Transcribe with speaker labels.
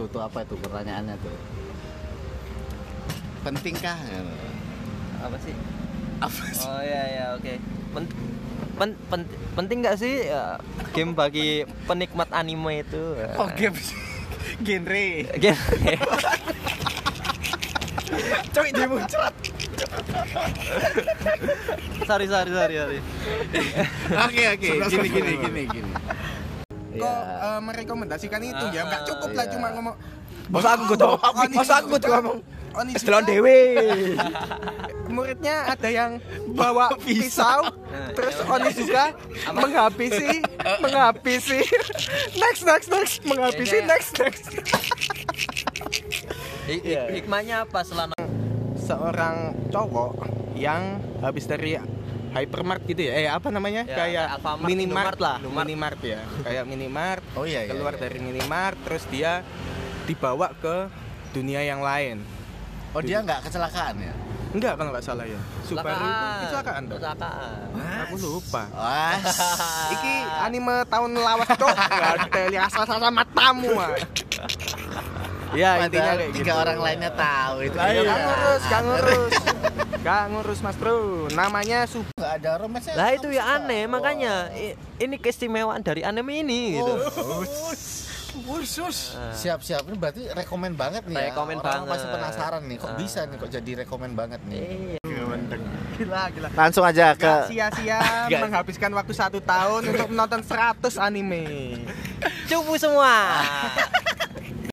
Speaker 1: Tuh apa itu pertanyaannya tuh? Pentingkah?
Speaker 2: Apa sih?
Speaker 1: Apa sih?
Speaker 2: Oh iya oke. Penting nggak sih game bagi penikmat anime itu?
Speaker 1: Oh game genre.
Speaker 2: Game.
Speaker 1: Coy dia muncrat.
Speaker 2: Sorry.
Speaker 1: Oke. Gini.
Speaker 3: Kok merekomendasikan itu ya? Nggak cukup lah cuma ngomong.
Speaker 4: Masa aku ngomong Estelon dewe.
Speaker 3: Muridnya ada yang bawa pisau, terus Onizuka menghabisi, next, menghabisi next.
Speaker 2: Hikmahnya apa selama
Speaker 3: Seorang cowok yang habis dari hypermart gitu ya, apa namanya?
Speaker 2: Ya,
Speaker 3: kayak
Speaker 2: Alfamart,
Speaker 3: minimart lah,
Speaker 2: Indomart.
Speaker 3: minimart ya, kayak minimart.
Speaker 1: Oh iya.
Speaker 3: Keluar dari minimart, terus dia dibawa ke dunia yang lain.
Speaker 1: Oh dia nggak kecelakaan ya?
Speaker 3: Enggak kalau nggak salah ya. Subaru itu kecelakaan toh? Aku lupa.
Speaker 1: Wah.
Speaker 3: Iki anime tahun lawas cok. Enggak ada lihat asal-asal matamu. Ya intinya kayak gitu.
Speaker 1: 3 orang lainnya tahu itu.
Speaker 3: Gak ngurus Mas Bro. Namanya
Speaker 1: Nggak ada romance.
Speaker 2: Lah itu ya aneh, makanya ini keistimewaan dari anime ini gitu.
Speaker 3: Khusus.
Speaker 1: Siap ini berarti rekomen banget nih ya.
Speaker 2: Rekomen
Speaker 1: Orang
Speaker 2: banget.
Speaker 1: pasti penasaran nih kok bisa nih kok jadi rekomen banget nih.
Speaker 3: Gila.
Speaker 1: Langsung aja
Speaker 3: Gak sia-sia menghabiskan waktu 1 tahun untuk menonton 100 anime.
Speaker 2: Cupu semua.